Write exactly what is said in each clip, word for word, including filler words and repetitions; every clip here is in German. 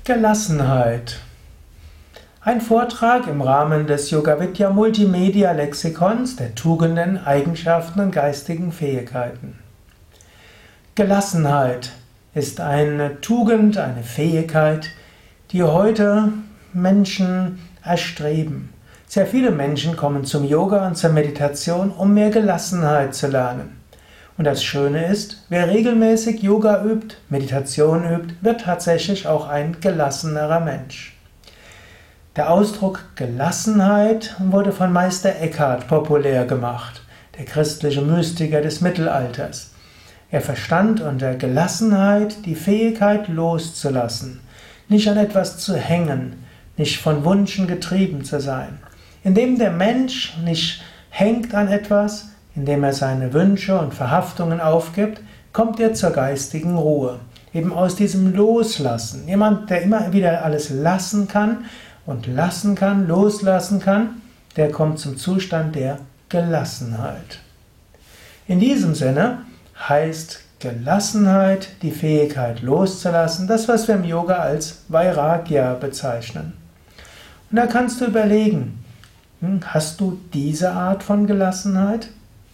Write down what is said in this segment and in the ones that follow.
Gelassenheit. Ein Vortrag im Rahmen des Yoga Vidya Multimedia Lexikons der Tugenden, Eigenschaften und geistigen Fähigkeiten. Gelassenheit ist eine Tugend, eine Fähigkeit, die heute Menschen erstreben. Sehr viele Menschen kommen zum Yoga und zur Meditation, um mehr Gelassenheit zu lernen. Und das Schöne ist, wer regelmäßig Yoga übt, Meditation übt, wird tatsächlich auch ein gelassenerer Mensch. Der Ausdruck Gelassenheit wurde von Meister Eckhart populär gemacht, der christliche Mystiker des Mittelalters. Er verstand unter Gelassenheit die Fähigkeit loszulassen, nicht an etwas zu hängen, nicht von Wünschen getrieben zu sein. Indem der Mensch nicht hängt an etwas, indem er seine Wünsche und Verhaftungen aufgibt, kommt er zur geistigen Ruhe. Eben aus diesem Loslassen. Jemand, der immer wieder alles lassen kann und lassen kann, loslassen kann, der kommt zum Zustand der Gelassenheit. In diesem Sinne heißt Gelassenheit die Fähigkeit loszulassen, das, was wir im Yoga als Vairagya bezeichnen. Und da kannst du überlegen, hast du diese Art von Gelassenheit?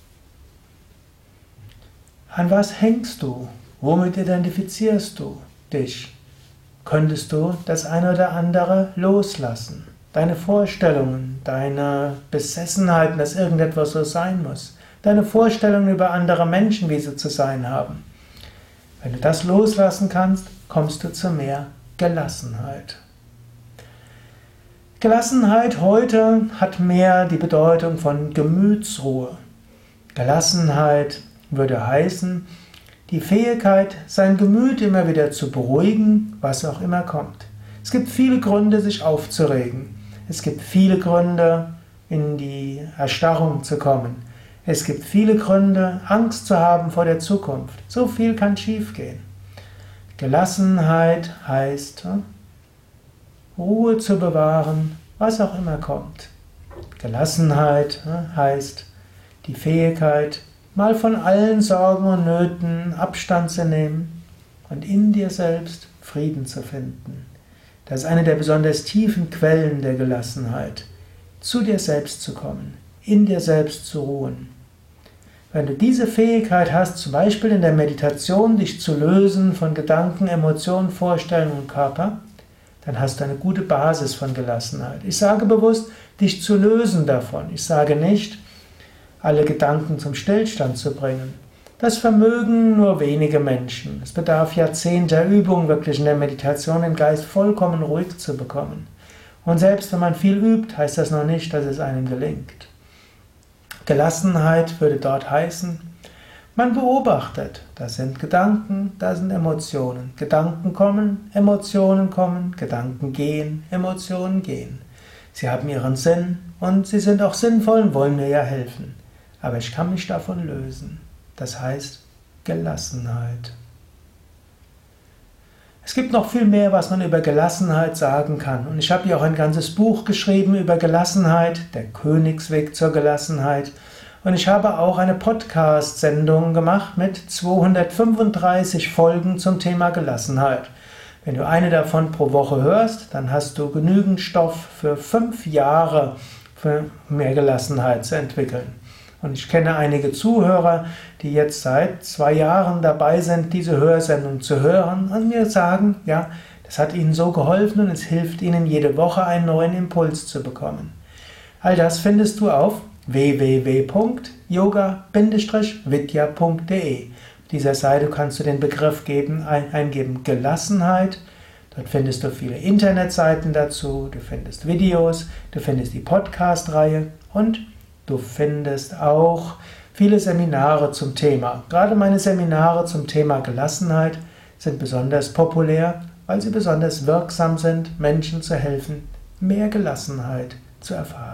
An was hängst du? Womit identifizierst du dich? Könntest du das eine oder andere loslassen? Deine Vorstellungen, deine Besessenheiten, dass irgendetwas so sein muss, deine Vorstellungen über andere Menschen, wie sie zu sein haben. Wenn du das loslassen kannst, kommst du zu mehr Gelassenheit. Gelassenheit heute hat mehr die Bedeutung von Gemütsruhe. Gelassenheit würde heißen, die Fähigkeit, sein Gemüt immer wieder zu beruhigen, was auch immer kommt. Es gibt viele Gründe, sich aufzuregen. Es gibt viele Gründe, in die Erstarrung zu kommen. Es gibt viele Gründe, Angst zu haben vor der Zukunft. So viel kann schiefgehen. Gelassenheit heißt, Ruhe zu bewahren, was auch immer kommt. Gelassenheit heißt, die Fähigkeit, mal von allen Sorgen und Nöten Abstand zu nehmen und in dir selbst Frieden zu finden. Das ist eine der besonders tiefen Quellen der Gelassenheit, zu dir selbst zu kommen, in dir selbst zu ruhen. Wenn du diese Fähigkeit hast, zum Beispiel in der Meditation, dich zu lösen von Gedanken, Emotionen, Vorstellungen und Körper, dann hast du eine gute Basis von Gelassenheit. Ich sage bewusst, dich zu lösen davon. Ich sage nicht, alle Gedanken zum Stillstand zu bringen. Das vermögen nur wenige Menschen. Es bedarf Jahrzehnte Übung, wirklich in der Meditation den Geist vollkommen ruhig zu bekommen. Und selbst wenn man viel übt, heißt das noch nicht, dass es einem gelingt. Gelassenheit würde dort heißen, man beobachtet, das sind Gedanken, das sind Emotionen. Gedanken kommen, Emotionen kommen, Gedanken gehen, Emotionen gehen. Sie haben ihren Sinn und sie sind auch sinnvoll und wollen mir ja helfen. Aber ich kann mich davon lösen. Das heißt Gelassenheit. Es gibt noch viel mehr, was man über Gelassenheit sagen kann. Und ich habe hier auch ein ganzes Buch geschrieben über Gelassenheit, der Königsweg zur Gelassenheit. Und ich habe auch eine Podcast-Sendung gemacht mit zweihundertfünfunddreißig Folgen zum Thema Gelassenheit. Wenn du eine davon pro Woche hörst, dann hast du genügend Stoff für fünf Jahre für mehr Gelassenheit zu entwickeln. Und ich kenne einige Zuhörer, die jetzt seit zwei Jahren dabei sind, diese Hörsendung zu hören und mir sagen, ja, das hat ihnen so geholfen und es hilft ihnen, jede Woche einen neuen Impuls zu bekommen. All das findest du auf w w w punkt yoga vidya punkt de. Auf dieser Seite kannst du den Begriff geben, ein, eingeben Gelassenheit. Dort findest du viele Internetseiten dazu, du findest Videos, du findest die Podcast-Reihe und du findest auch viele Seminare zum Thema. Gerade meine Seminare zum Thema Gelassenheit sind besonders populär, weil sie besonders wirksam sind, Menschen zu helfen, mehr Gelassenheit zu erfahren.